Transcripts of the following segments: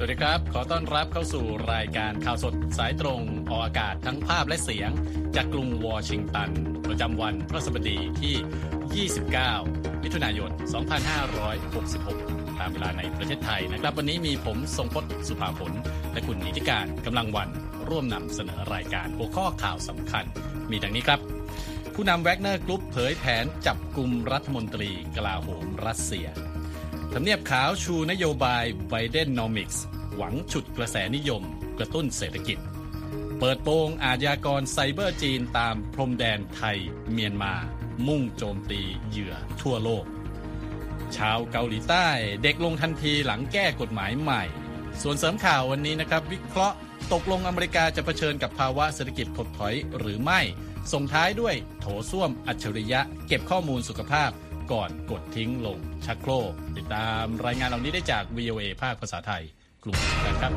วัสดีครับขอต้อนรับเข้าสู่รายการข่าวสดสายตรงออกอากาศทั้งภาพและเสียงจากกรุงวอชิงตันประจำวันพฤหัสบดีที่ 29 มิถุนายน 2566 ตามเวลาในประเทศไทยนะครับวันนี้มีผมทรงพจน์สุภาผลและคุณนิติการกำลังวันร่วมนำเสนอรายการหัวข้อข่าวสำคัญมีดังนี้ครับผู้นำแวกเนอร์กรุ๊ปเผยแผนจับกุมรัฐมนตรีกลาโหมรัสเซียทำเนียบขาวชูนโยบายไบเดนโนมิกส์หวังฉุดกระแสนิยมกระตุ้นเศรษฐกิจเปิดโปงอาชญากรไซเบอร์จีนตามพรมแดนไทยเมียนมามุ่งโจมตีเหยื่อทั่วโลกชาวเกาหลีใต้เด็กลงทันทีหลังแก้กฎหมายใหม่ส่วนเสริมข่าววันนี้นะครับวิเคราะห์ตกลงอเมริกาจะเผชิญกับภาวะเศรษฐกิจถดถอยหรือไม่ส่งท้ายด้วยโถส้วมอัจฉริยะเก็บข้อมูลสุขภาพก่อนกดทิ้งลงชักโครกติดตามรายงานเหล่านี้ได้จาก VOA ภาคภาษาไทยกลุ่มกันครับ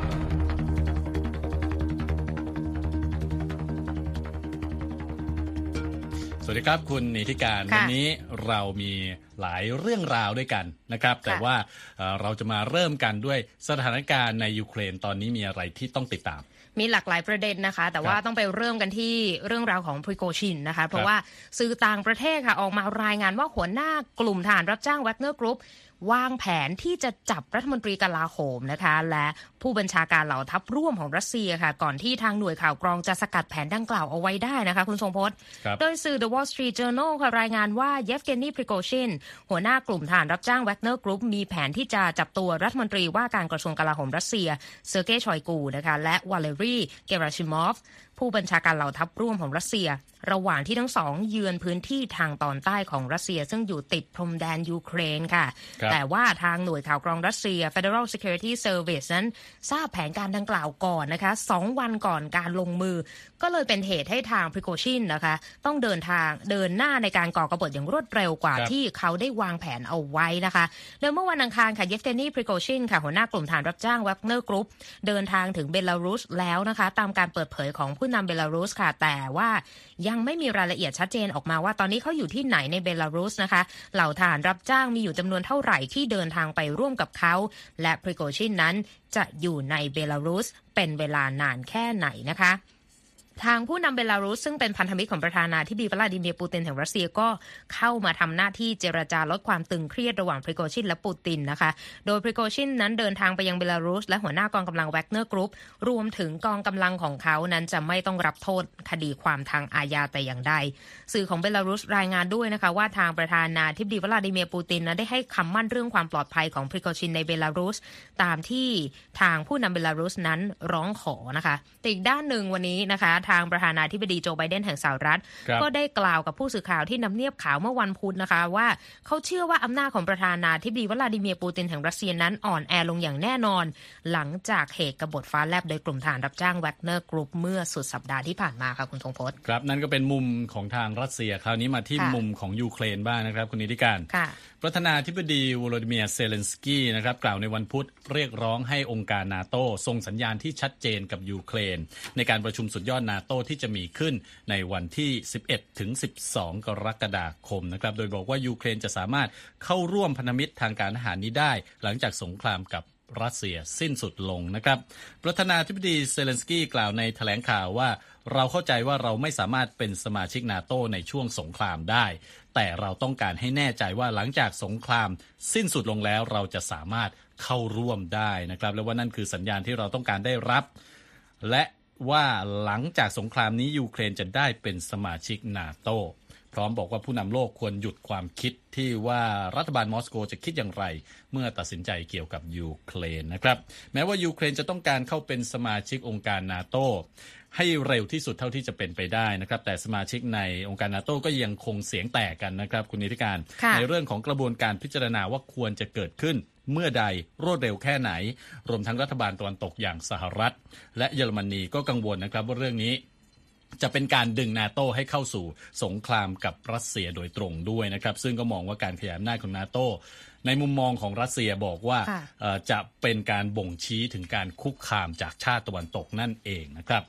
สวัสดีครับคุณนิติการวันนี้เรามีหลายเรื่องราวด้วยกันนะครับแต่ว่าเราจะมาเริ่มกันด้วยสถานการณ์ในยูเครนตอนนี้มีอะไรที่ต้องติดตามมีหลากหลายประเด็นนะคะแต่ว่าต้องไปเริ่มกันที่เรื่องราวของพริโกชินนะคะเพราะว่าสื่อต่างประเทศค่ะออกมารายงานว่าหัวหน้ากลุ่มทหารรับจ้างแวกเนอร์กรุ๊ปวางแผนที่จะจับรัฐมนตรีกลาโหมนะคะและผู้บัญชาการเหล่าทัพร่วมของรัสเซียค่ะก่อนที่ทางหน่วยข่าวกรองจะสกัดแผนดังกล่าวเอาไว้ได้นะคะคุณทรงพจน์โดยสื่อ The Wall Street Journal ค่ะรายงานว่าเยฟเกนีพริโกชินหัวหน้ากลุ่มทหารรับจ้างแวกเนอร์กรุ๊ปมีแผนที่จะจับตัวรัฐมนตรีว่าการกระทรวงกลาโหมรัสเซียเซอร์เกย์ชอยกูนะคะและวาเลรีเกราชิมอฟผู้บัญชาการเหล่าทัพร่วมของรัสเซียระหว่างที่ทั้งสองเยือนพื้นที่ทางตอนใต้ของรัสเซียซึ่งอยู่ติดพรมแดนยูเครนค่ะแต่ว่าทางหน่วยข่าวกรองรัสเซีย Federal Security Service นั้นทราบแผนการดังกล่าวก่อนนะคะ2 วันก่อนการลงมือก็เลยเป็นเหตุให้ทางพริโกชินนะคะต้องเดินหน้าในการก่อกบฏอย่างรวดเร็วกว่าที่เขาได้วางแผนเอาไว้นะคะโดยเมื่อวันอังคารค่ะเยฟเกนีพริโกชินค่ะหัวหน้ากลุ่มทหารรับจ้างแวกเนอร์กรุ๊ปเดินทางถึงเบลารุสแล้วนะคะตามการเปิดเผยของผู้นำเบลารุสค่ะแต่ว่ายังไม่มีรายละเอียดชัดเจนออกมาว่าตอนนี้เขาอยู่ที่ไหนในเบลารุสนะคะเหล่าทหารรับจ้างมีอยู่จำนวนเท่าไหร่ที่เดินทางไปร่วมกับเขาและพริโกชินนั้นจะอยู่ในเบลารุสเป็นเวลานานแค่ไหนนะคะทางผู้นำเบลารุสซึ่งเป็นพันธมิตรของประธานาธิบดีวลาดิเมียร์ปูตินแห่งรัสเซียก็เข้ามาทำหน้าที่เจรจาลดความตึงเครียดระหว่างพริโกชินและปูตินนะคะโดยพริโกชินนั้นเดินทางไปยังเบลารุสและหัวหน้ากองกำลังแวกเนอร์กรุ๊ปรวมถึงกองกำลังของเขานั้นจะไม่ต้องรับโทษคดีความทางอาญาแต่อย่างใดสื่อของเบลารุสรายงานด้วยนะคะว่าทางประธานาธิบดีวลาดิเมียร์ปูตินนั้นได้ให้คำมั่นเรื่องความปลอดภัยของพริโกชินในเบลารุสตามที่ทางผู้นำเบลารุสนั้นร้องขอนะคะแต่อีกด้านหนึ่งวันนี้นะคะทางประธานาธิบดีโจไบเดนแห่งสหรัฐก็ได้กล่าวกับผู้สื่อข่าวที่ทำเนียบขาวเมื่อวันพุธนะคะว่าเขาเชื่อว่าอำนาจของประธานาธิบดีวลาดิเมียร์ปูตินแห่งรัสเซียนั้นอ่อนแอลงอย่างแน่นอนหลังจากเหตุกบฏฟ้าแลบโดยกลุ่มทหารรับจ้างแวกเนอร์กรุ๊ปเมื่อสุดสัปดาห์ที่ผ่านมาค่ะคุณธงพจน์ครับนั่นก็เป็นมุมของทางรัสเซียคราวนี้มาที่มุมของยูเครนบ้างนะครับคุณนิติการประธานาธิบดีวโลดิเมียร์เซเลนสกี้นะครับกล่าวในวันพุธเรียกร้องให้องค์การนาโต้ส่งสัญญาณที่ชัดเจนกับยูเครนในการประชุมสุดยอดนาโต้ที่จะมีขึ้นในวันที่11ถึง12กรกฎาคมนะครับโดยบอกว่ายูเครนจะสามารถเข้าร่วมพันธมิตรทางการทหารนี้ได้หลังจากสงครามกับรัสเซียสิ้นสุดลงนะครับประธานาธิบดีเซเลนสกี้กล่าวในแถลงข่าวว่าเราเข้าใจว่าเราไม่สามารถเป็นสมาชิกนาโต้ในช่วงสงครามได้แต่เราต้องการให้แน่ใจว่าหลังจากสงครามสิ้นสุดลงแล้วเราจะสามารถเข้าร่วมได้นะครับและว่านั่นคือสัญญาณที่เราต้องการได้รับและว่าหลังจากสงครามนี้ยูเครนจะได้เป็นสมาชิกนาโต้พร้อมบอกว่าผู้นำโลกควรหยุดความคิดที่ว่ารัฐบาลมอสโกจะคิดอย่างไรเมื่อตัดสินใจเกี่ยวกับยูเครนนะครับแม้ว่ายูเครนจะต้องการเข้าเป็นสมาชิกองค์การนาโต้ให้เร็วที่สุดเท่าที่จะเป็นไปได้นะครับแต่สมาชิกในองค์การนาโต้ก็ยังคงเสียงแตกกันนะครับคุณนิติการในเรื่องของกระบวนการพิจารณาว่าควรจะเกิดขึ้นเมื่อใดรวดเร็วแค่ไหนรวมทั้งรัฐบาลตะวันตกอย่างสหรัฐและเยอรมนีก็กังวลนะครับว่าเรื่องนี้จะเป็นการดึงนาโต้ให้เข้าสู่สงครามกับรัสเซียโดยตรงด้วยนะครับซึ่งก็มองว่าการขยายอำนาจของนาโต้ในมุมมองของรัสเซียบอกว่าจะเป็นการบ่งชี้ถึงการคุกคามจากชาติตะวันตกนั่นเองนะครับ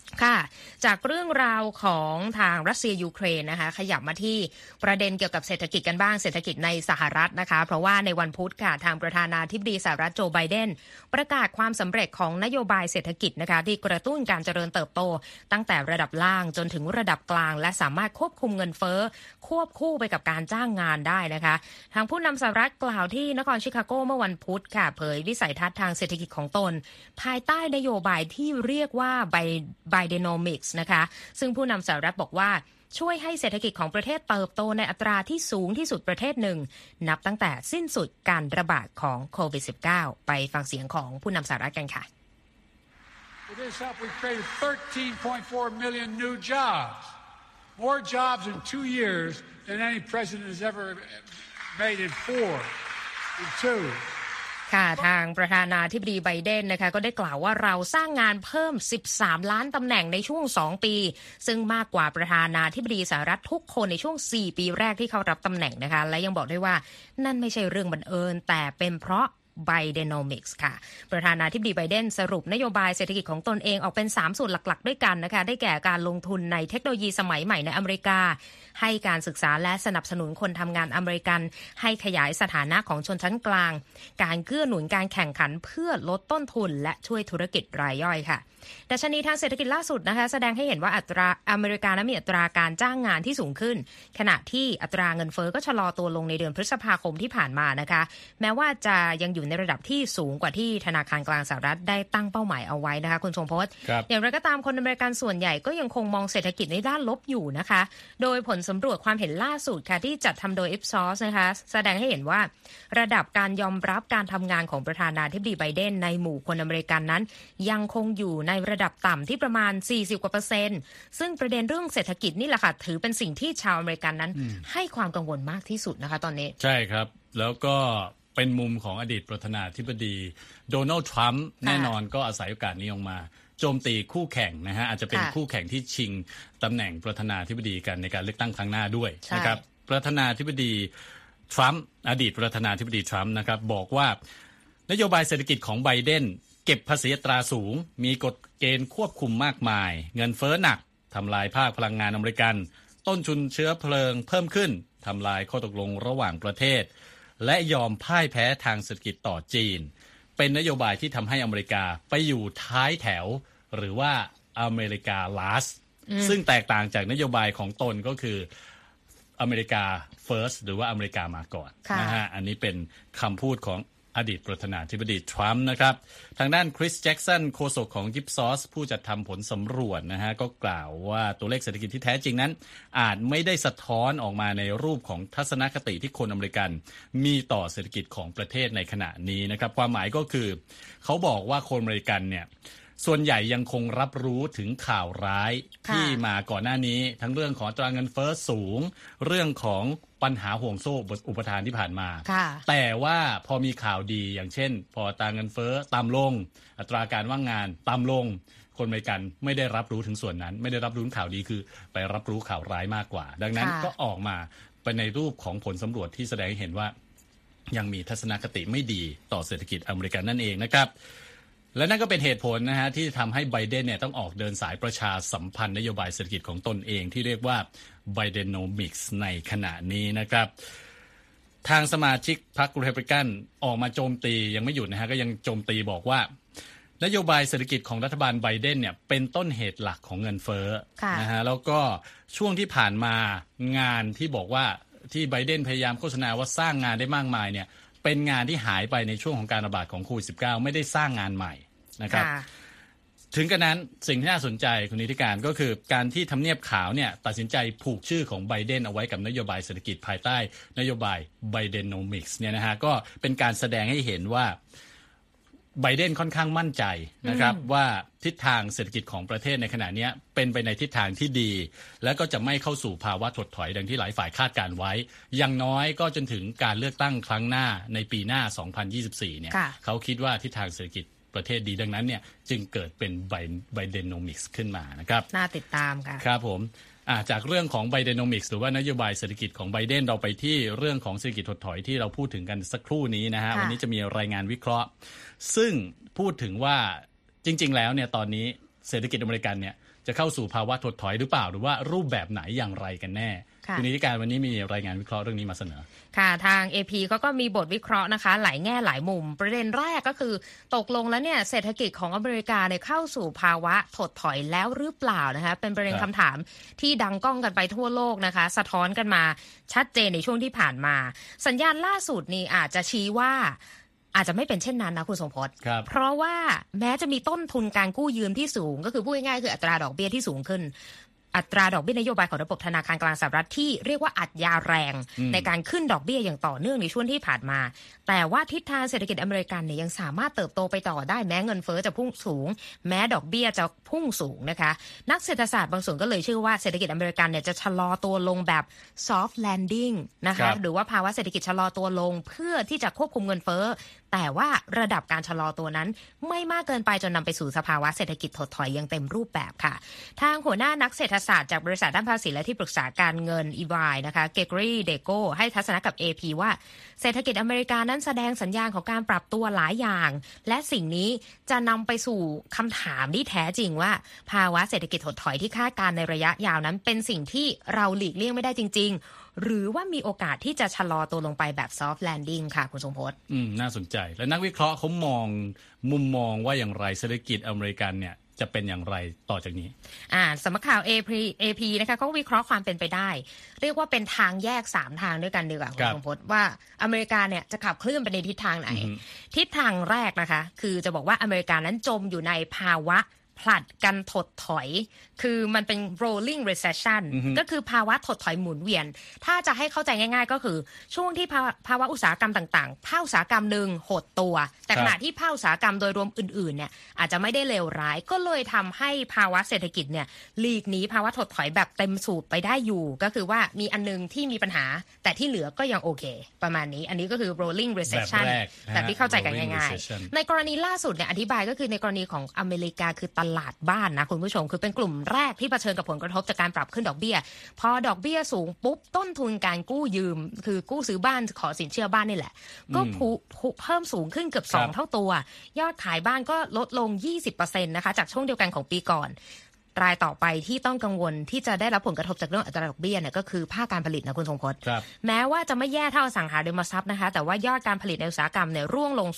ค่ะจากเรื่องราวของทางรัสเซียยูเครนนะคะขยับมาที่ประเด็นเกี่ยวกับเศรษฐกิจกันบ้างเศรษฐกิจในสหรัฐนะคะเพราะว่าในวันพุธค่ะทางประธานาธิบดีสหรัฐโจไบเดนประกาศความสำเร็จของนโยบายเศรษฐกิจนะคะที่กระตุ้นการเจริญเติบโตตั้งแต่ระดับล่างจนถึงระดับกลางและสามารถควบคุมเงินเฟ้อควบคู่ไปกับการจ้างงานได้นะคะทางผู้นำสหรัฐกล่าวที่นครชิคาโกเมื่อวันพุธค่ะเผยวิสัยทัศน์ทางเศรษฐกิจของตนภายใต้นโยบายที่เรียกว่าBidenomics นะคะซึ่งผู้นำสหรัฐบอกว่าช่วยให้เศรษฐกิจของประเทศเติบโตในอัตราที่สูงที่สุดประเทศหนึ่งนับตั้งแต่สิ้นสุดการระบาดของโควิด -19 ไปฟังเสียงของผู้นำสหรัฐกันค่ะ With this help, we created 13.4 million new jobs, more jobs in 2 years than any president has ever made in 2. ค่ะทางประธานาธิบดีไบเดนนะคะก็ได้กล่าวว่าเราสร้างงานเพิ่ม13ล้านตำแหน่งในช่วง2ปีซึ่งมากกว่าประธานาธิบดีสหรัฐทุกคนในช่วง4ปีแรกที่เขารับตำแหน่งนะคะและยังบอกด้วยว่านั่นไม่ใช่เรื่องบังเอิญแต่เป็นเพราะBidenomics ค่ะประธานาธิบดีไบเดนสรุปนโยบายเศรษฐกิจของตนเองออกเป็น3ส่วนหลักๆด้วยกันนะคะได้แก่การลงทุนในเทคโนโลยีสมัยใหม่ในอเมริกาให้การศึกษาและสนับสนุนคนทำงานอเมริกันให้ขยายสถานะของชนชั้นกลางการเกื้อหนุนการแข่งขันเพื่อลดต้นทุนและช่วยธุรกิจรายย่อยค่ะดัชนีทางเศรษฐกิจล่าสุดนะคะแสดงให้เห็นว่าอัตราอเมริกามีอัตราการจ้างงานที่สูงขึ้นขณะที่อัตราเงินเฟ้อก็ชะลอตัวลงในเดือนพฤษภาคมที่ผ่านมานะคะแม้ว่าจะยังอยู่ในระดับที่สูงกว่าที่ธนาคารกลางสหรัฐได้ตั้งเป้าหมายเอาไว้นะคะคุณทรงพจน์อย่างไรก็ตามคนอเมริกันส่วนใหญ่ก็ยังคงมองเศรษฐกิจในด้านลบอยู่นะคะโดยผลสำรวจความเห็นล่าสุดค่ะที่จัดทำโดย Ipsos นะคะแสดงให้เห็นว่าระดับการยอมรับการทำงานของประธานาธิบดีไบเดนในหมู่คนอเมริกันนั้นยังคงอยู่ในระดับต่ำที่ประมาณ40%กว่าซึ่งประเด็นเรื่องเศรษฐกิจนี่แหละค่ะถือเป็นสิ่งที่ชาวอเมริกันนั้นให้ความกังวลมากที่สุดนะคะตอนนี้ใช่ครับแล้วก็เป็นมุมของอดีตประธานาธิบดีโดนัลด์ทรัมป์แน่นอนก็อาศัยโอกาสนี้ออกมาโจมตีคู่แข่งนะฮะอาจจะเป็นคู่แข่งที่ชิงตำแหน่งประธานาธิบดีกันในการเลือกตั้งครั้งหน้าด้วยนะครับประธานาธิบดีทรัมป์อดีตประธานาธิบดีทรัมป์นะครับบอกว่านโยบายเศรษฐกิจของไบเดนเก็บภาษีอัตราสูงมีกฎเกณฑ์ควบคุมมากมายเงินเฟ้อหนักทำลายภาคพลังงานอเมริกันต้นทุนเชื้อเพลิงเพิ่มขึ้นทำลายข้อตกลงระหว่างประเทศและยอมพ่ายแพ้ทางเศรษฐกิจต่อจีนเป็นนโยบายที่ทำให้อเมริกาไปอยู่ท้ายแถวหรือว่าอเมริกา last ซึ่งแตกต่างจากนโยบายของตนก็คืออเมริกา first หรือว่าอเมริกามาก่อนนะฮะอันนี้เป็นคำพูดของอดีตประธานาธิบดีทรัมป์นะครับทางด้านคริสแจ็กสันโฆษกของยิปซอสผู้จัดทำผลสำรวจนะฮะก็กล่าวว่าตัวเลขเศรษฐกิจที่แท้จริงนั้นอาจไม่ได้สะท้อนออกมาในรูปของทัศนคติที่คนอเมริกันมีต่อเศรษฐกิจของประเทศในขณะนี้นะครับความหมายก็คือเขาบอกว่าคนอเมริกันเนี่ยส่วนใหญ่ยังคงรับรู้ถึงข่าวร้ายที่มาก่อนหน้านี้ทั้งเรื่องของอัตราเงินเฟ้อสูงเรื่องของปัญหาห่วงโซ่อุปทานที่ผ่านมาแต่ว่าพอมีข่าวดีอย่างเช่นพออัตราเงินเฟ้อต่ำลงอัตราการว่างงานต่ำลงคนอเมริกันไม่ได้รับรู้ถึงส่วนนั้นไม่ได้รับรู้ข่าวดีคือไปรับรู้ข่าวร้ายมากกว่าดังนั้นก็ออกมาเป็นในรูปของผลสำรวจที่แสดงให้เห็นว่ายังมีทัศนคติไม่ดีต่อเศรษฐกิจอเมริกันนั่นเองนะครับและนั่นก็เป็นเหตุผลนะฮะที่ทำให้ไบเดนเนี่ยต้องออกเดินสายประชาสัมพันธ์นโยบายเศรษฐกิจของตนเองที่เรียกว่า Bidenomics ในขณะนี้นะครับทางสมาชิกพรรครีพับลิกันออกมาโจมตียังไม่หยุดนะฮะก็ยังโจมตีบอกว่านโยบายเศรษฐกิจของรัฐบาลไบเดนเนี่ยเป็นต้นเหตุหลักของเงินเฟ้อนะฮะแล้วก็ช่วงที่ผ่านมางานที่บอกว่าที่ไบเดนพยายามโฆษณาว่าสร้างงานได้มากมายเนี่ยเป็นงานที่หายไปในช่วงของการระบาดของโควิด -19 ไม่ได้สร้างงานใหม่นะครับถึงกระนั้นสิ่งที่น่าสนใจคุณนิติการก็คือการที่ทำเนียบขาวเนี่ยตัดสินใจผูกชื่อของไบเดนเอาไว้กับนโยบายเศรษฐกิจภายใต้นโยบาย Bidenomics เนี่ยนะฮะก็เป็นการแสดงให้เห็นว่าไบเดนค่อนข้างมั่นใจนะครับว่าทิศทางเศรษฐกิจของประเทศในขณะนี้เป็นไปในทิศทางที่ดีและก็จะไม่เข้าสู่ภาวะถดถอยดังที่หลายฝ่ายคาดการไว้อย่างน้อยก็จนถึงการเลือกตั้งครั้งหน้าในปีหน้า 2024 เนี่ยเขาคิดว่าทิศทางเศรษฐกิจประเทศดีดังนั้นเนี่ยจึงเกิดเป็นBidenomics ขึ้นมานะครับน่าติดตามค่ะครับผมจากเรื่องของ Bidenomics หรือว่านโยบายเศรษฐกิจของไบเดนเราไปที่เรื่องของเศรษฐกิจถดถอยที่เราพูดถึงกันสักครู่นี้นะฮะวันนี้จะมีรายงานวิเคราะห์ซึ่งพูดถึงว่าจริงๆแล้วเนี่ยตอนนี้เศรษฐกิจอเมริกันเนี่ยจะเข้าสู่ภาวะถดถอยหรือเปล่าหรือว่ารูปแบบไหนอย่างไรกันแน่คุณนิติการวันนี้มีรายงานวิเคราะห์เรื่องนี้มาเสนอค่ะทาง AP ก็มีบทวิเคราะห์นะคะหลายแง่หลายมุมประเด็นแรกก็คือตกลงแล้วเนี่ยเศรษฐกิจของอเมริกาเนี่ยเข้าสู่ภาวะถดถอยแล้วหรือเปล่านะคะเป็นประเด็นคำถามที่ดังก้องกันไปทั่วโลกนะคะสะท้อนกันมาชัดเจนในช่วงที่ผ่านมาสัญญาณล่าสุดนี่อาจจะชี้ว่าอาจจะไม่เป็นเช่นนั้นนะคุณสมพศเพราะว่าแม้จะมีต้นทุนการกู้ยืมที่สูงก็คือพูดง่ายๆคืออัตราดอกเบี้ยที่สูงขึ้นอัตราดอกเบี้ยนโยบายของระบบธนาคารกลางสหรัฐที่เรียกว่าอัดยาแรงในการขึ้นดอกเบี้ยอย่างต่อเนื่องในช่วงที่ผ่านมาแต่ว่าทิศทางเศรษฐกิจอเมริกันเนี่ยยังสามารถเติบโตไปต่อได้แม้เงินเฟ้อจะพุ่งสูงแม้ดอกเบี้ยจะพุ่งสูงนะคะนักเศรษฐศาสตร์บางส่วนก็เลยเชื่อว่าเศรษฐกิจอเมริกันเนี่ยจะชะลอตัวลงแบบ soft landing นะคะหรือว่าภาวะเศรษฐกิจชะลอตัวลงเพื่อที่จะควบคุมเงินเฟ้อแต่ว่าระดับการชะลอตัวนั้นไม่มากเกินไปจนนำไปสู่สภาวะเศรษฐกิจถดถอยอย่างเต็มรูปแบบค่ะทางหัวหน้านักเศรษฐศาสตร์จากบริษัทด้านภาษีและที่ปรึกษาการเงิน EY นะคะเกเกอรี่เดโกให้ทัศนะกับ AP ว่าเศรษฐกิจอเมริกานั้นแสดงสัญญาณของการปรับตัวหลายอย่างและสิ่งนี้จะนำไปสู่คำถามที่แท้จริงว่าภาวะเศรษฐกิจถดถอยที่คาดการณ์ในระยะยาวนั้นเป็นสิ่งที่เราหลีกเลี่ยงไม่ได้จริงๆหรือว่ามีโอกาสที่จะชะลอตัวลงไปแบบ soft landing ค่ะคุณทรงพจน์น่าสนใจและนักวิเคราะห์เขามองมุมมองว่าอย่างไรเศรษฐกิจอเมริกันเนี่ยจะเป็นอย่างไรต่อจากนี้สำนักข่าว AP นะคะเขาวิเคราะห์ความเป็นไปได้เรียกว่าเป็นทางแยก3ทางด้วยกันดีกว่าคุณสมพจน์ว่าอเมริกาเนี่ยจะขับเคลื่อนไปในทิศทางไหนทิศทางแรกนะคะคือจะบอกว่าอเมริกานั้นจมอยู่ในภาวะผลัดกันถดถอยคือมันเป็น rolling recession ก็คือภาวะถดถอยหมุนเวียนถ้าจะให้เข้าใจง่ายๆก็คือช่วงที่ภาวะอุตสาหกรรมต่างๆภาคอุตสาหกรรมนึงหดตัวแต่ขณะที่ภาคอุตสาหกรรมโดยรวมอื่นๆเนี่ยอาจจะไม่ได้เลวร้ายก็เลยทำให้ภาวะเศรษฐกิจเนี่ยหลีกหนีภาวะถดถอยแบบเต็มสูบไปได้อยู่ก็คือว่ามีอันนึงที่มีปัญหาแต่ที่เหลือก็ยังโอเคประมาณนี้อันนี้ก็คือ rolling recession แบบที่เข้าใจกันง่ายๆในกรณีล่าสุดเนี่ยอธิบายก็คือในกรณีของอเมริกาคือตลาดบ้านนะคุณผู้ชมคือเป็นกลุ่มแรกที่เผชิญกับผลกระทบจากการปรับขึ้นดอกเบี้ยพอดอกเบี้ยสูงปุ๊บต้นทุนการกู้ยืมคือกู้ซื้อบ้านขอสินเชื่อบ้านนี่แหละก็เพิ่มสูงขึ้นเกือบ2เท่าตัวยอดขายบ้านก็ลดลง 20% นะคะจากช่วงเดียวกันของปีก่อนรายต่อไปที่ต้องกังวลที่จะได้รับผลกระทบจากเรื่องอัตราดอกเบี้ยเนี่ยก็คือภาคการผลิตนะคุณทรงพจน์แม้ว่าจะไม่แย่เท่าอสังหาริมทรัพย์นะคะแต่ว่ายอดการผลิตในอุตสาหกรรมเนี่ยร่วงลง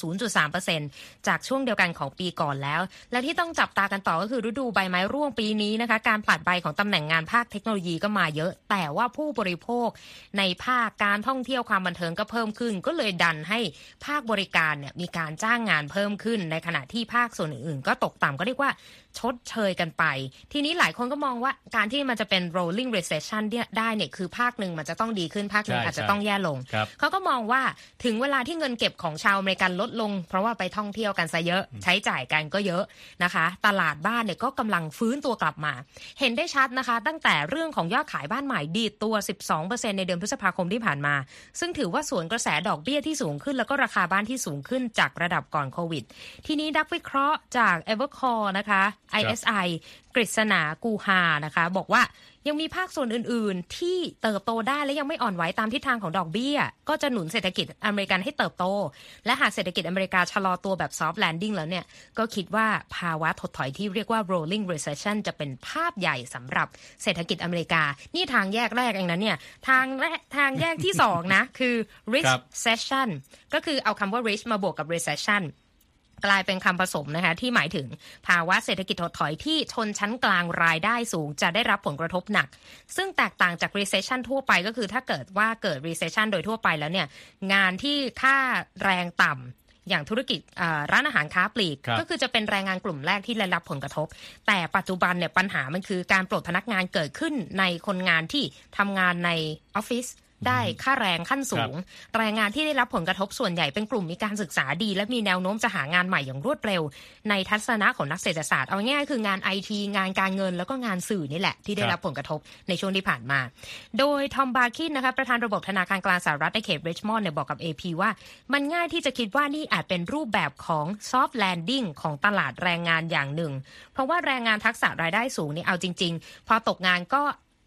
0.3% จากช่วงเดียวกันของปีก่อนแล้วและที่ต้องจับตากันต่อก็คือฤดูใบไม้ร่วงปีนี้นะคะการผลัดใบของตำแหน่งงานภาคเทคโนโลยีก็มาเยอะแต่ว่าผู้บริโภคในภาคการท่องเที่ยวความบันเทิงก็เพิ่มขึ้นก็เลยดันให้ภาคบริการเนี่ยมีการจ้างงานเพิ่มขึ้นในขณะที่ภาคส่วนอื่นๆก็ตกต่ำก็เรียกว่าชดเชยกันไปทีนี้หลายคนก็มองว่าการที่มันจะเป็น rolling recession ได้เนี่ยคือภาคหนึ่งมันจะต้องดีขึ้นภาคหนึ่งอาจจะต้องแย่ลงเขาก็มองว่าถึงเวลาที่เงินเก็บของชาวอเมริกันลดลงเพราะว่าไปท่องเที่ยวกันซะเยอะใช้จ่ายกันก็เยอะนะคะตลาดบ้านเนี่ยก็กำลังฟื้นตัวกลับมาเห็นได้ชัดนะคะตั้งแต่เรื่องของยอดขายบ้านใหม่ดีดตัว 12% ในเดือนพฤษภาคมที่ผ่านมาซึ่งถือว่าสวนกระแสดอกเบี้ยที่สูงขึ้นแล้วก็ราคาบ้านที่สูงขึ้นจากระดับก่อนโควิดทีนี้นักวิเคราะห์จาก Evercore นะคะ ISI กฤษณากูฮานะคะบอกว่ายังมีภาคส่วนอื่นๆที่เติบโตได้และยังไม่อ่อนไหวตามทิศทางของดอกเบี้ยก็จะหนุนเศรษฐกิจอเมริกันให้เติบโตและหากเศรษฐกิจอเมริกาชะลอตัวแบบ soft landing แล้วเนี่ยก็คิดว่าภาวะถดถอยที่เรียกว่า rolling recession จะเป็นภาพใหญ่สำหรับเศรษฐกิจอเมริกานี่ทางแยกแรกเองนะเนี่ยทางแยกที่2นะคือ recession ก็คือเอาคำว่า rich มาบวกกับ recessionกลายเป็นคำผสมนะคะที่หมายถึงภาวะเศรษฐกิจถดถอยที่ชนชั้นกลางรายได้สูงจะได้รับผลกระทบหนักซึ่งแตกต่างจาก recession ทั่วไปก็คือถ้าเกิดว่าเกิด recession โดยทั่วไปแล้วเนี่ยงานที่ค่าแรงต่ำอย่างธุรกิจร้านอาหารค้าปลีกก็คือจะเป็นแรงงานกลุ่มแรกที่ได้รับผลกระทบแต่ปัจจุบันเนี่ยปัญหามันคือการปลดพนักงานเกิดขึ้นในคนงานที่ทำงานในออฟฟิศได้ค่าแรงขั้นสูงแรงงานที่ได้รับผลกระทบส่วนใหญ่เป็นกลุ่มมีการศึกษาดีและมีแนวโน้มจะหางานใหม่อย่างรวดเร็วในทัศนะของนักเศรษฐศาสตร์เอาง่ายๆคืองาน IT งานการเงินแล้วก็งานสื่อนี่แหละที่ได้รับผลกระทบในช่วงที่ผ่านมาโดยทอมบาร์คินนะคะประธานระบบธนาคารกลางสหรัฐในเขตริชมอนด์เนี่ยบอกกับ AP ว่ามันง่ายที่จะคิดว่านี่อาจเป็นรูปแบบของ soft landing ของตลาดแรงงานอย่างหนึ่งเพราะว่าแรงงานทักษะรายได้สูงนี่เอาจริงๆพอตกงานก็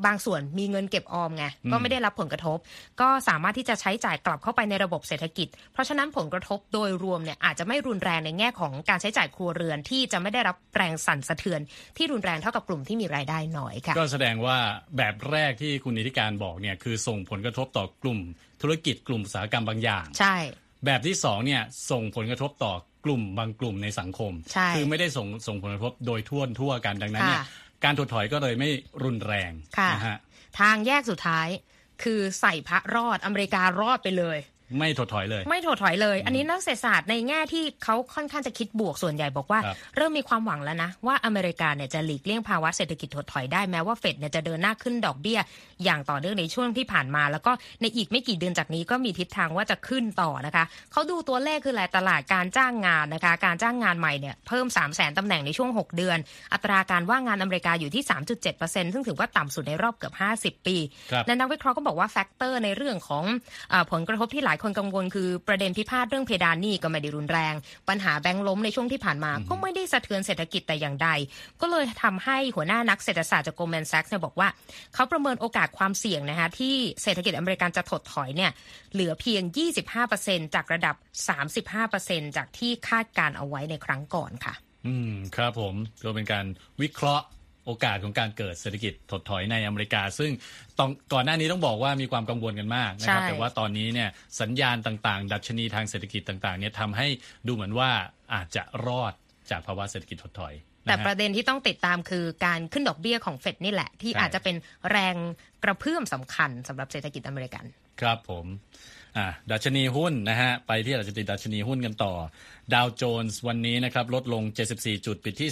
บางส่วนมีเงินเก็บออมไงก็ไม่ได้รับผลกระทบก็สามารถที่จะใช้จ่ายกลับเข้าไปในระบบเศรษฐกิจเพราะฉะนั้นผลกระทบโดยรวมเนี่ยอาจจะไม่รุนแรงในแง่ของการใช้จ่ายครัวเรือนที่จะไม่ได้รับแรงสั่นสะเทือนที่รุนแรงเท่ากับกลุ่มที่มีรายได้น้อยค่ะก็แสดงว่าแบบแรกที่คุณนิติการบอกเนี่ยคือส่งผลกระทบต่อกลุ่มธุรกิจกลุ่มอุตสาหกรรมบางอย่างใช่แบบที่2เนี่ยส่งผลกระทบต่อกลุ่มบางกลุ่มในสังคมคือไม่ได้ส่งผลกระทบโดยทั่วกันดังนั้นเนี่ยการถดถอยก็เลยไม่รุนแรงนะฮะทางแยกสุดท้ายคือใส่พระรอดอเมริการอดไปเลยไม่ถดถอยเลยอันนี้นักเศรษฐศาสตร์ในแง่ที่เขาค่อนข้างจะคิดบวกส่วนใหญ่บอกว่าเริ่มมีความหวังแล้วนะว่าอเมริกาเนี่ยจะหลีกเลี่ยงภาวะเศรษฐกิจถดถอยได้แม้ว่าเฟดเนี่ยจะเดินหน้าขึ้นดอกเบี้ยอย่างต่อเนื่องในช่วงที่ผ่านมาแล้วก็ในอีกไม่กี่เดือนจากนี้ก็มีทิศทางว่าจะขึ้นต่อนะคะเขาดูตัวเลขคือรายตลาดการจ้างงานนะคะการจ้างงานใหม่เนี่ยเพิ่ม 300,000 ตำแหน่งในช่วง6เดือนอัตราการว่างงานอเมริกาอยู่ที่ 3.7% ซึ่งถือว่าต่ำสุดในรอบเกือบ50ปีและนักวิเคราะห์ก็บอกว่าแฟกเตอร์ในเรื่องของผลกระทบที่หลายคนกังวลคือประเด็นพิพาทเรื่องเพดานหนี้ก็ไม่ได้รุนแรงปัญหาแบงก์ล้มในช่วงที่ผ่านมาก็ไม่ได้สะเทือนเศรษฐกิจแต่อย่างใดก็เลยทำให้หัวหน้านักเศรษฐศาสตร์จาก Goldman Sachs เนี่ยบอกว่าเขาประเมินโอกาสความเสี่ยงนะคะที่เศรษฐกิจอเมริกันจะถดถอยเนี่ยเหลือเพียง 25% จากระดับ 35% จากที่คาดการเอาไว้ในครั้งก่อนค่ะครับผมก็เป็นการวิเคราะห์โอกาสของการเกิดเศรษฐกิจถดถอยในอเมริกาซึ่งก่อนหน้านี้ต้องบอกว่ามีความกังวลกันมากนะครับแต่ว่าตอนนี้เนี่ยสัญญาณต่างๆดัชนีทางเศรษฐกิจต่างๆเนี่ยทำให้ดูเหมือนว่าอาจจะรอดจากภาวะเศรษฐกิจถดถอยแต่ประเด็นที่ต้องติดตามคือการขึ้นดอกเบี้ยของเฟดนี่แหละที่อาจจะเป็นแรงกระเพื่อมสำคัญสำหรับเศรษฐกิจอเมริกันครับผมดัชนีหุ้นนะฮะไปที่ดัชนีหุ้นกันต่อดาวโจนส์วันนี้นะครับลดลง74จุดปิดที่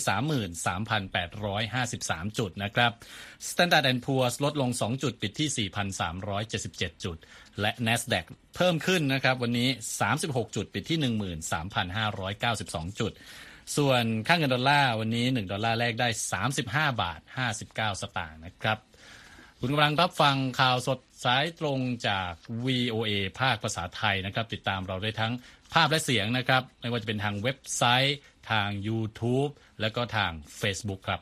33,853 จุดนะครับ Standard & Poor's ลดลง2จุดปิดที่ 4,377 จุดและ NASDAQ เพิ่มขึ้นนะครับวันนี้36จุดปิดที่ 13,592 จุดส่วนค่าเงินดอลลาร์วันนี้1ดอลลาร์แลกได้35.59 บาทนะครับคุณกำลังรับฟังข่าวสดสายตรงจาก VOA ภาคภาษาไทยนะครับติดตามเราได้ทั้งภาพและเสียงนะครับไม่ว่าจะเป็นทางเว็บไซต์ทาง YouTube และก็ทาง Facebook ครับ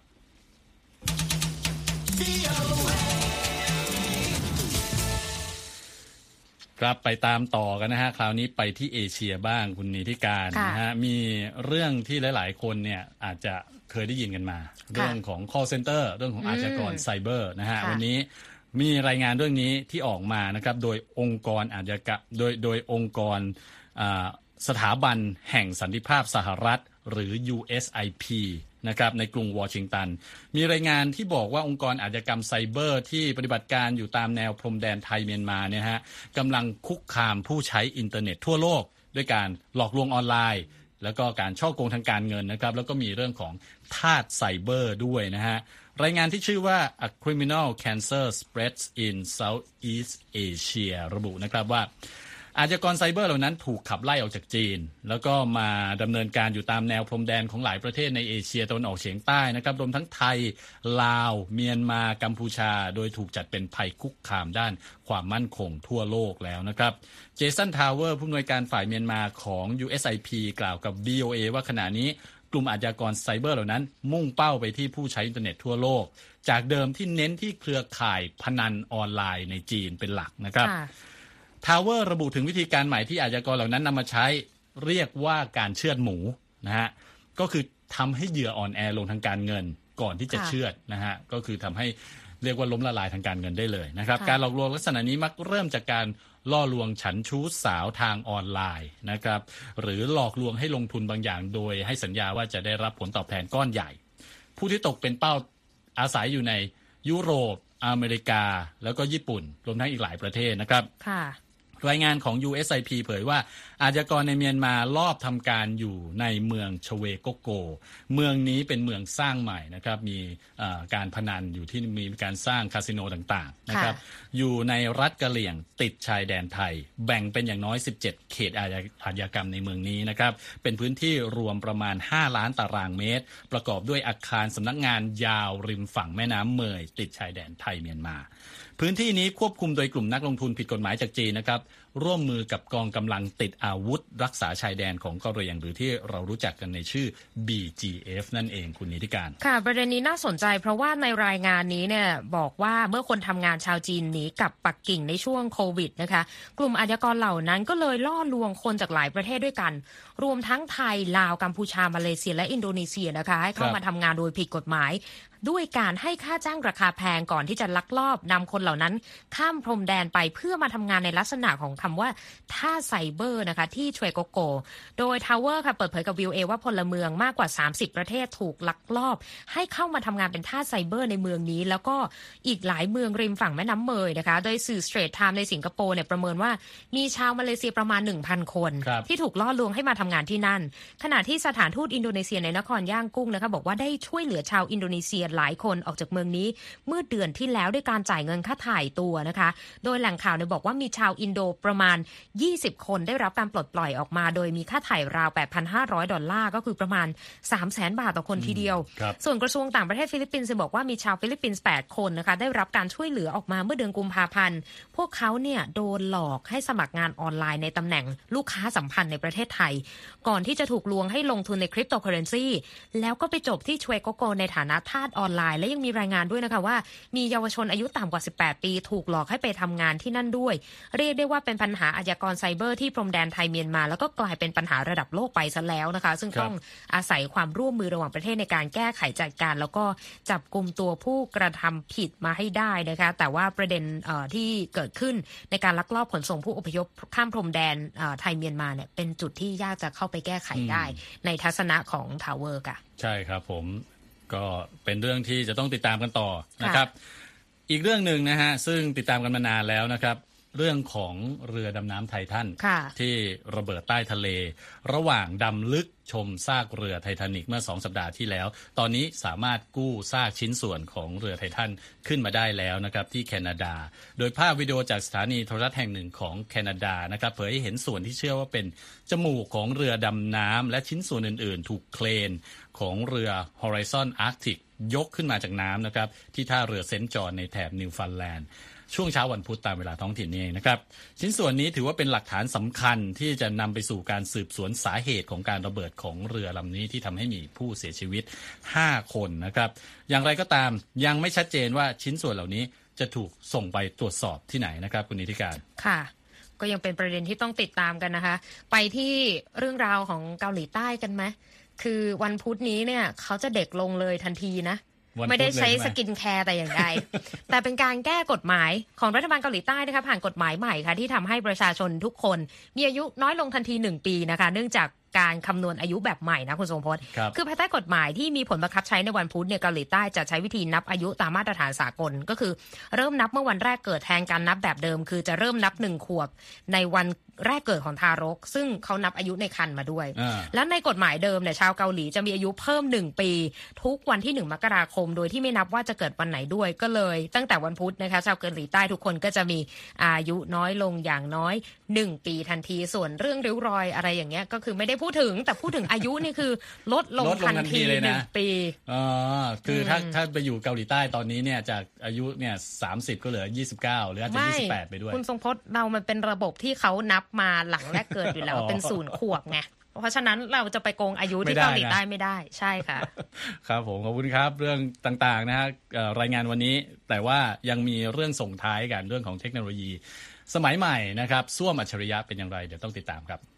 ครับไปตามต่อกันนะฮะคราวนี้ไปที่เอเชียบ้างคุณนิติการนะฮะมีเรื่องที่หลายๆคนเนี่ยอาจจะเคยได้ยินกันมาเรื่องของ call center เรื่องของอาชญากรไซเบอร์นะฮะวันนี้มีรายงานเรื่องนี้ที่ออกมานะครับโดยองค์กรอาชญากรรมโดยองค์กรสถาบันแห่งสันติภาพสหรัฐหรือ USIP นะครับในกรุงวอชิงตันมีรายงานที่บอกว่าองค์กรอาชญากรรมไซเบอร์ที่ปฏิบัติการอยู่ตามแนวพรมแดนไทยเมียนมาเนี่ยฮะกำลังคุกคามผู้ใช้อินเทอร์เน็ตทั่วโลกด้วยการหลอกลวงออนไลน์แล้วก็การฉ้อโกงทางการเงินนะครับแล้วก็มีเรื่องของทาสไซเบอร์ด้วยนะฮะรายงานที่ชื่อว่า A Criminal Cancer Spreads in Southeast Asia ระบุนะครับว่าอาชญากรไซเบอร์เหล่านั้นถูกขับไล่ออกจากจีนแล้วก็มาดำเนินการอยู่ตามแนวพรมแดนของหลายประเทศในเอเชียตะวันออกเฉียงใต้นะครับรวมทั้งไทยลาวเมียนมากัมพูชาโดยถูกจัดเป็นภัยคุกคามด้านความมั่นคงทั่วโลกแล้วนะครับเจสันทาวเวอร์ผู้อำนวยการฝ่ายเมียนมาของ USIP กล่าวกับ VOA ว่าขณะนี้กลุ่มอาชญากรไซเบอร์เหล่านั้นมุ่งเป้าไปที่ผู้ใช้อินเทอร์เน็ตทั่วโลกจากเดิมที่เน้นที่เครือข่ายพนันออนไลน์ในจีนเป็นหลักนะครับทาวเวอร์ระบุถึงวิธีการใหม่ที่อาชญากรเหล่านั้นนำมาใช้เรียกว่าการเชือดหมูนะฮะก็คือทำให้เหยื่ออ่อนแอลงทางการเงินก่อนที่จะเชือดนะฮะก็คือทำให้เรียกว่าล้มละลายทางการเงินได้เลยนะครับการหลอกลวงลักษณะนี้มักเริ่มจากการล่อลวงฉันชู้สาวทางออนไลน์นะครับหรือหลอกลวงให้ลงทุนบางอย่างโดยให้สัญญาว่าจะได้รับผลตอบแทนก้อนใหญ่ผู้ที่ตกเป็นเป้าอาศัยอยู่ในยุโรปอเมริกาแล้วก็ญี่ปุ่นรวมทั้งอีกหลายประเทศนะครับรายงานของ USIP เผยว่าอาชญากรในเมียนมาลอบทำการอยู่ในเมืองชเวโกโกเมืองนี้เป็นเมืองสร้างใหม่นะครับมีการพนันอยู่ที่มีการสร้างคาสิโนต่างๆนะครับอยู่ในรัฐกะเหรี่ยงติดชายแดนไทยแบ่งเป็นอย่างน้อย17เขตอาชญากรรมในเมืองนี้นะครับเป็นพื้นที่รวมประมาณ5ล้านตารางเมตรประกอบด้วยอาคารสำนักงานยาวริมฝั่งแม่น้ำเมยติดชายแดนไทยเมียนมาพื้นที่นี้ควบคุมโดยกลุ่มนักลงทุนผิดกฎหมายจากจีนนะครับร่วมมือกับกองกำลังติดอาวุธรักษาชายแดนของกะเหรี่ยงหรือที่เรารู้จักกันในชื่อ BGF นั่นเองคุณนิติการค่ะประเด็นนี้น่าสนใจเพราะว่าในรายงานนี้เนี่ยบอกว่าเมื่อคนทำงานชาวจีนหนีกลับปักกิ่งในช่วงโควิดนะคะกลุ่มอาชญากรเหล่านั้นก็เลยล่อลวงคนจากหลายประเทศด้วยกันรวมทั้งไทยลาวกัมพูชามาเลเซียและอินโดนีเซียนะคะให้เข้ามาทำงานโดยผิดกฎหมายด้วยการให้ค่าจ้างราคาแพงก่อนที่จะลักลอบนำคนเหล่านั้นข้ามพรมแดนไปเพื่อมาทำงานในลักษณะของคำว่าท่าไซเบอร์นะคะที่ชเวโกโกโดยทาวเวอร์ค่ะเปิดเผยกับ VOA ว่าพลเมืองมากกว่า30ประเทศถูกลักลอบให้เข้ามาทำงานเป็นท่าไซเบอร์ในเมืองนี้แล้วก็อีกหลายเมืองริมฝั่งแม่น้ำเมยนะคะโดยสื่อ Straits Times ในสิงคโปร์เนี่ยประเมินว่ามีชาวมาเลเซียประมาณ 1,000 คนที่ถูกล่อลวงให้มาทำงานที่นั่นขณะที่สถานทูตอินโดนีเซียในนครย่างกุ้งนะคะบอกว่าได้ช่วยเหลือชาวอินโดนีเซียหลายคนออกจากเมืองนี้เมื่อเดือนที่แล้วด้วยการจ่ายเงินค่าถ่ายตัวนะคะโดยแหล่งข่าวเนี่ยบอกว่ามีชาวอินโดประมาณ20คนได้รับการปลดปล่อยออกมาโดยมีค่าถ่ายราว $8,500 ก็คือประมาณ 300,000 บาทต่อคนทีเดียวส่วนกระทรวงต่างประเทศฟิลิปปินส์บอกว่ามีชาวฟิลิปปินส์8คนนะคะได้รับการช่วยเหลือออกมาเมื่อเดือนกุมภาพันธ์พวกเขาเนี่ยโดนหลอกให้สมัครงานออนไลน์ในตำแหน่งลูกค้าสัมพันธ์ในประเทศไทยก่อนที่จะถูกลวงให้ลงทุนในคริปโตเคอเรนซีแล้วก็ไปจบที่ชเวโกโกในฐานะทาสออนไลน์และยังมีรายงานด้วยนะคะว่ามีเยาวชนอายุต่ำกว่า18ปีถูกหลอกให้ไปทำงานที่นั่นด้วยเรียกได้ว่าเป็นปัญหาอาชญากรไซเบอร์ที่พรมแดนไทยเมียนมาแล้วก็กลายเป็นปัญหาระดับโลกไปซะแล้วนะคะซึ่งต้องอาศัยความร่วมมือระหว่างประเทศในการแก้ไขจัดการแล้วก็จับกุมตัวผู้กระทำผิดมาให้ได้นะคะแต่ว่าประเด็นที่เกิดขึ้นในการลักลอบขนส่งผู้อพยพข้ามพรมแดนไทยเมียนมาเนี่ยเป็นจุดที่ยากจะเข้าไปแก้ไขได้ในทัศนะของทาวเวอร์ค่ะใช่ครับผมก็เป็นเรื่องที่จะต้องติดตามกันต่อนะครับอีกเรื่องหนึ่งนะฮะซึ่งติดตามกันมานานแล้วนะครับเรื่องของเรือดำน้ำไททันที่ระเบิดใต้ทะเลระหว่างดำลึกชมซากเรือไททานิกเมื่อ2 สัปดาห์ที่แล้วตอนนี้สามารถกู้ซากชิ้นส่วนของเรือไททันขึ้นมาได้แล้วนะครับที่แคนาดาโดยภาพวิดีโอจากสถานีโทรทัศน์แห่งหนึ่งของแคนาดานะครับเผยให้เห็นส่วนที่เชื่อว่าเป็นจมูกของเรือดำน้ำและชิ้นส่วนอื่นๆถูกเครนของเรือ Horizon Arctic ยกขึ้นมาจากน้ำนะครับที่ท่าเรือเซนต์จอห์นในแถบนิวฟันแลนด์ช่วงเช้าวันพุธตามเวลาท้องถิ่นนี่เองนะครับชิ้นส่วนนี้ถือว่าเป็นหลักฐานสำคัญที่จะนำไปสู่การสืบสวนสาเหตุของการระเบิดของเรือลำนี้ที่ทำให้มีผู้เสียชีวิต5คนนะครับอย่างไรก็ตามยังไม่ชัดเจนว่าชิ้นส่วนเหล่านี้จะถูกส่งไปตรวจสอบที่ไหนนะครับคุณนิติการค่ะก็ยังเป็นประเด็นที่ต้องติดตามกันนะคะไปที่เรื่องราวของเกาหลีใต้กันไหมคือวันพุธนี้เนี่ยเขาจะเด็กลงเลยทันทีนะไม่ได้ใช้สกินแคร์แต่อย่างใด แต่เป็นการแก้กฎหมายของรัฐบาลเกาหลีใต้นะคะผ่านกฎหมายใหม่ค่ะที่ทำให้ประชาชนทุกคนมีอายุน้อยลงทันที1 ปีนะคะเนื่องจากการคำนวณอายุแบบใหม่นะคุณทรงพจน์คือภายใต้กฎหมายที่มีผลบังคับใช้ในวันพุธเนี่ยเกาหลีใต้จะใช้วิธีนับอายุตามมาตรฐานสากลก็คือเริ่มนับเมื่อวันแรกเกิดแทนการนับแบบเดิมคือจะเริ่มนับ1 ขวบในวันแรกเกิดของทารกซึ่งเขานับอายุในครรภ์มาด้วยและในกฎหมายเดิมเนี่ยชาวเกาหลีจะมีอายุเพิ่ม1 ปีทุกวันที่1 มกราคมโดยที่ไม่นับว่าจะเกิดวันไหนด้วยก็เลยตั้งแต่วันพุธนะคะชาวเกาหลีใต้ทุกคนก็จะมีอายุน้อยลงอย่างน้อย1 ปีทันทีส่วนเรื่องริ้วรอยอะไรอย่างเงี้ยก็คือไม่ได้พูดถึงแต่พูดถึงอายุนี่คือลดลงทันที1 ปีคือถ้าไปอยู่เกาหลีใต้ตอนนี้เนี่ยจากอายุเนี่ย30ก็เหลือ29หรืออาจจะ28ไปด้วยคุณทรงพจน์เรามันเป็นระบบที่เขานับมาหลังแรกเกิดอยู่แล้วเป็น0 ขวบไงเพราะฉะนั้นเราจะไปโกงอายุที่เกาหลีใต้ไม่ได้ใช่ค่ะครับผมขอบคุณครับเรื่องต่างๆนะฮะรายงานวันนี้แต่ว่ายังมีเรื่องส่งท้ายกันเรื่องของเทคโนโลยีสมัยใหม่นะครับส้วมอัจฉริยะเป็นอย่างไรเดี๋ยวต้องติดตามครับ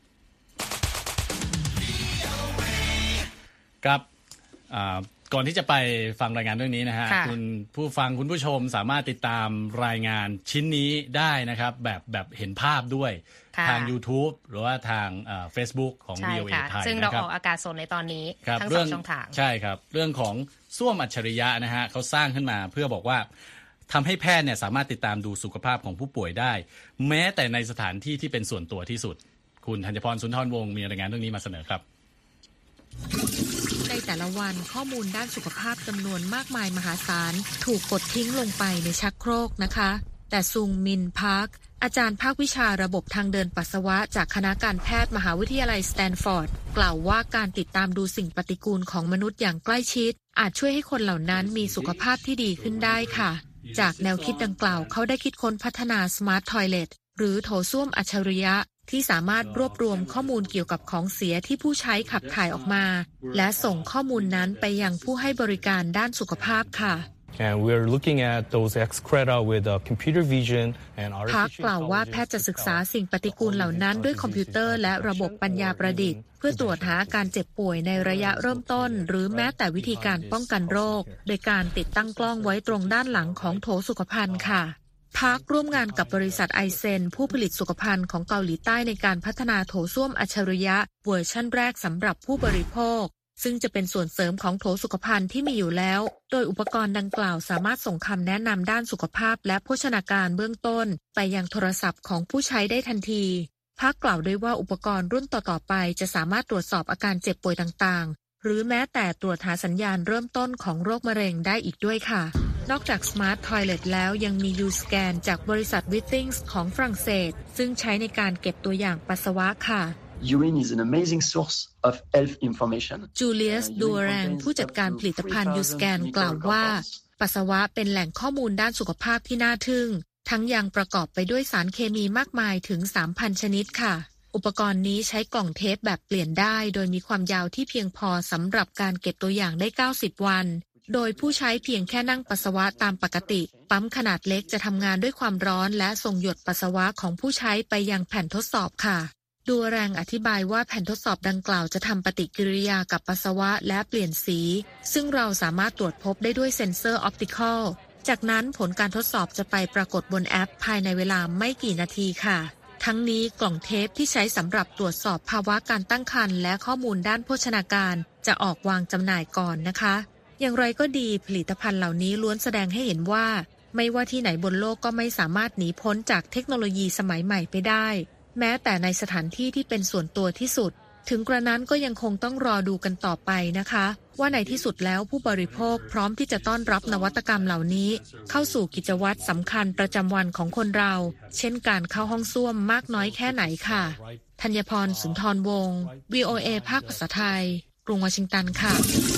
ครับก่อนที่จะไปฟังรายงานเรื่องนี้นะฮะคุณผู้ฟังคุณผู้ชมสามารถติดตามรายงานชิ้นนี้ได้นะครับแบบเห็นภาพด้วยทาง YouTube หรือว่าทางFacebook ของ VOA ไทยซึ่งเราออกอากาศสดในตอนนี้ทั้ง2 ช่องทางใช่ครับเรื่องของส้วมอัจฉริยะนะฮะเขาสร้างขึ้นมาเพื่อบอกว่าทำให้แพทย์เนี่ยสามารถติดตามดูสุขภาพของผู้ป่วยได้แม้แต่ในสถานที่ที่เป็นส่วนตัวที่สุดคุณธัญพรสุนทรวงศ์มีรายงานเรื่องนี้มาเสนอครับในแต่ละวันข้อมูลด้านสุขภาพจำนวนมากมายมหาศาลถูกกดทิ้งลงไปในชักโครกนะคะแต่ซุงมินพาร์คอาจารย์ภาควิชาระบบทางเดินปัสสาวะจากคณะการแพทย์มหาวิทยาลัยสแตนฟอร์ดกล่าวว่าการติดตามดูสิ่งปฏิกูลของมนุษย์อย่างใกล้ชิดอาจช่วยให้คนเหล่านั้นมีสุขภาพที่ดีขึ้นได้ค่ะจากแนวคิดดังกล่าวเขาได้คิดค้นพัฒนา Smart Toilet หรือโถส้วมอัจฉริยะที่สามารถรวบรวมข้อมูลเกี่ยวกับของเสียที่ผู้ใช้ขับถ่ายออกมาและส่งข้อมูลนั้นไปยังผู้ให้บริการด้านสุขภาพค่ะ And we're looking at those excreta with computer vision and artificial พาร์คกล่าวว่าแพทย์จะศึกษาสิ่งปฏิกูลเหล่านั้นด้วยคอมพิวเตอร์และระบบปัญญาประดิษฐ์เพื่อตรวจหาอาการเจ็บป่วยในระยะเริ่มต้นหรือแม้แต่วิธีการป้องกันโรคโดยการติดตั้งกล้องไว้ตรงด้านหลังของโถสุขภัณฑ์ค่ะพาร์คร่วมงานกับบริษัทไอเซนผู้ผลิตสุขภัณฑ์ของเกาหลีใต้ในการพัฒนาโถส้วมอัจฉริยะเวอร์ชั่นแรกสำหรับผู้บริโภคซึ่งจะเป็นส่วนเสริมของโถสุขภัณฑ์ที่มีอยู่แล้วโดยอุปกรณ์ดังกล่าวสามารถส่งคำแนะนำด้านสุขภาพและโภชนาการเบื้องต้นไปยังโทรศัพท์ของผู้ใช้ได้ทันทีพาร์คกล่าวด้วยว่าอุปกรณ์รุ่นต่อๆไปจะสามารถตรวจสอบอาการเจ็บป่วยต่างๆหรือแม้แต่ตรวจหาสัญญาณเริ่มต้นของโรคมะเร็งได้อีกด้วยค่ะนอกจาก Smart Toilet แล้วยังมี U-Scan จากบริษัท Withings ของฝรั่งเศสซึ่งใช้ในการเก็บตัวอย่างปัสสาวะค่ะ Urine is an amazing source of health information. Julius Durang ผู้จัดการผลิตภัณฑ์ U-Scan กล่าวว่าปัสสาวะเป็นแหล่งข้อมูลด้านสุขภาพที่น่าทึ่งทั้งยังประกอบไปด้วยสารเคมีมากมายถึง 3,000 ชนิดค่ะอุปกรณ์นี้ใช้กล่องเทปแบบเปลี่ยนได้โดยมีความยาวที่เพียงพอสำหรับการเก็บตัวอย่างได้90วันโดยผู้ใช้เพียงแค่นั่งปัสสาวะตามปกติปั๊มขนาดเล็กจะทำงานด้วยความร้อนและส่งหยดปัสสาวะของผู้ใช้ไปยังแผ่นทดสอบค่ะดูแรงอธิบายว่าแผ่นทดสอบดังกล่าวจะทำปฏิกิริยากับปัสสาวะและเปลี่ยนสีซึ่งเราสามารถตรวจพบได้ด้วยเซ็นเซอร์ออปติคอลจากนั้นผลการทดสอบจะไปปรากฏบนแอปภายในเวลาไม่กี่นาทีค่ะทั้งนี้กล่องเทปที่ใช้สำหรับตรวจสอบภาวะการตั้งครรภ์และข้อมูลด้านโภชนาการจะออกวางจำหน่ายก่อนนะคะอย่างไรก็ดีผลิตภัณฑ์เหล่านี้ล้วนแสดงให้เห็นว่าไม่ว่าที่ไหนบนโลกก็ไม่สามารถหนีพ้นจากเทคโนโลยีสมัยใหม่ไปได้แม้แต่ในสถานที่ที่เป็นส่วนตัวที่สุดถึงกระนั้นก็ยังคงต้องรอดูกันต่อไปนะคะว่าในที่สุดแล้วผู้บริโภคพร้อมที่จะต้อนรับนวัตกรรมเหล่านี้เข้าสู่กิจวัตรสำคัญประจำวันของคนเราเช่นการเข้าห้องส้วมมากน้อยแค่ไหนค่ะธัญพร สุนทรวงศ์ VOA ภาคภาษาไทยกรุงวอชิงตันค่ะ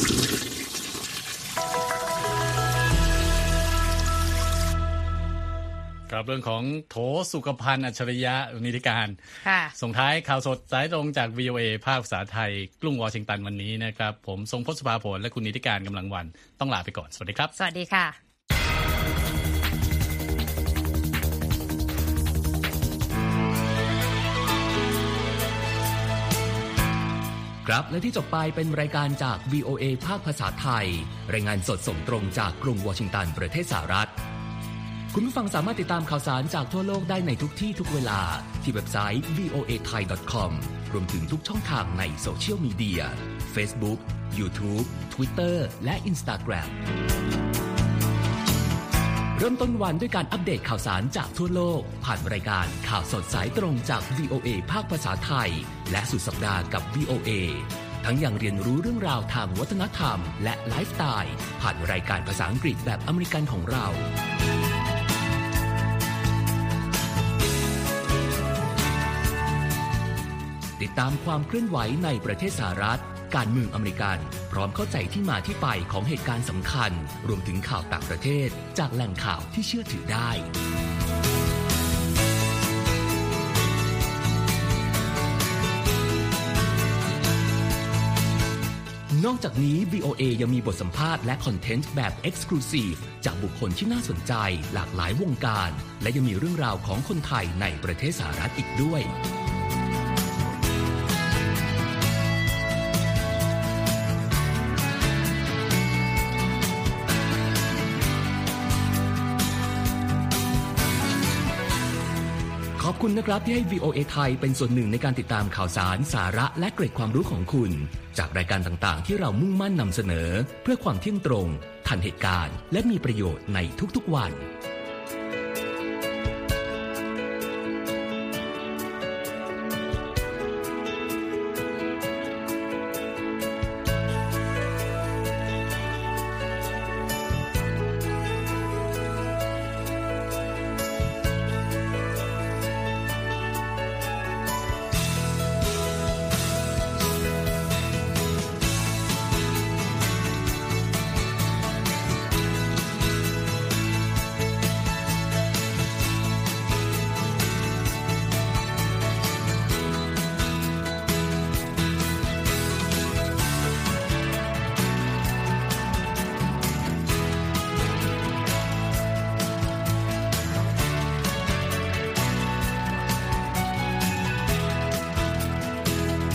ครับเรื่องของโถสุขภัณฑ์อัจฉริยะนิติการส่งท้ายข่าวสดสายตรงจาก VOA ภาคภาษาไทยกรุงวอชิงตันวันนี้นะครับผมทรงพจน์ สุภาผลและคุณนิติการกำลังวันต้องลาไปก่อนสวัสดีครับสวัสดีค่ะครับและที่จบไปเป็นรายการจาก VOA ภาคภาษาไทยรายงานสดส่งตรงจากกรุงวอชิงตันประเทศสหรัฐคุณผู้ฟังสามารถติดตามข่าวสารจากทั่วโลกได้ในทุกที่ทุกเวลาที่เว็บไซต์ voathai.com รวมถึงทุกช่องทางในโซเชียลมีเดีย Facebook, YouTube, Twitter และ Instagram เริ่มต้นวันด้วยการอัปเดตข่าวสารจากทั่วโลกผ่านรายการข่าวสดสายตรงจาก VOA ภาคภาษาไทยและสุดสัปดาห์กับ VOA ทั้งยังเรียนรู้เรื่องราวทางวัฒนธรรมและไลฟ์สไตล์ผ่านรายการภาษาอังกฤษแบบอเมริกันของเราติดตามความเคลื่อนไหวในประเทศสหรัฐการเมืองอเมริกันพร้อมเข้าใจที่มาที่ไปของเหตุการณ์สำคัญรวมถึงข่าวต่างประเทศจากแหล่งข่าวที่เชื่อถือได้นอกจากนี้ VOA ยังมีบทสัมภาษณ์และคอนเทนต์แบบ Exclusive จากบุคคลที่น่าสนใจหลากหลายวงการและยังมีเรื่องราวของคนไทยในประเทศสหรัฐอีกด้วยขอบคุณนะครับที่ให้ VOA ไทยเป็นส่วนหนึ่งในการติดตามข่าวสารสาระและเกร็ดความรู้ของคุณจากรายการต่างๆที่เรามุ่งมั่นนำเสนอเพื่อความเที่ยงตรงทันเหตุการณ์และมีประโยชน์ในทุกๆวัน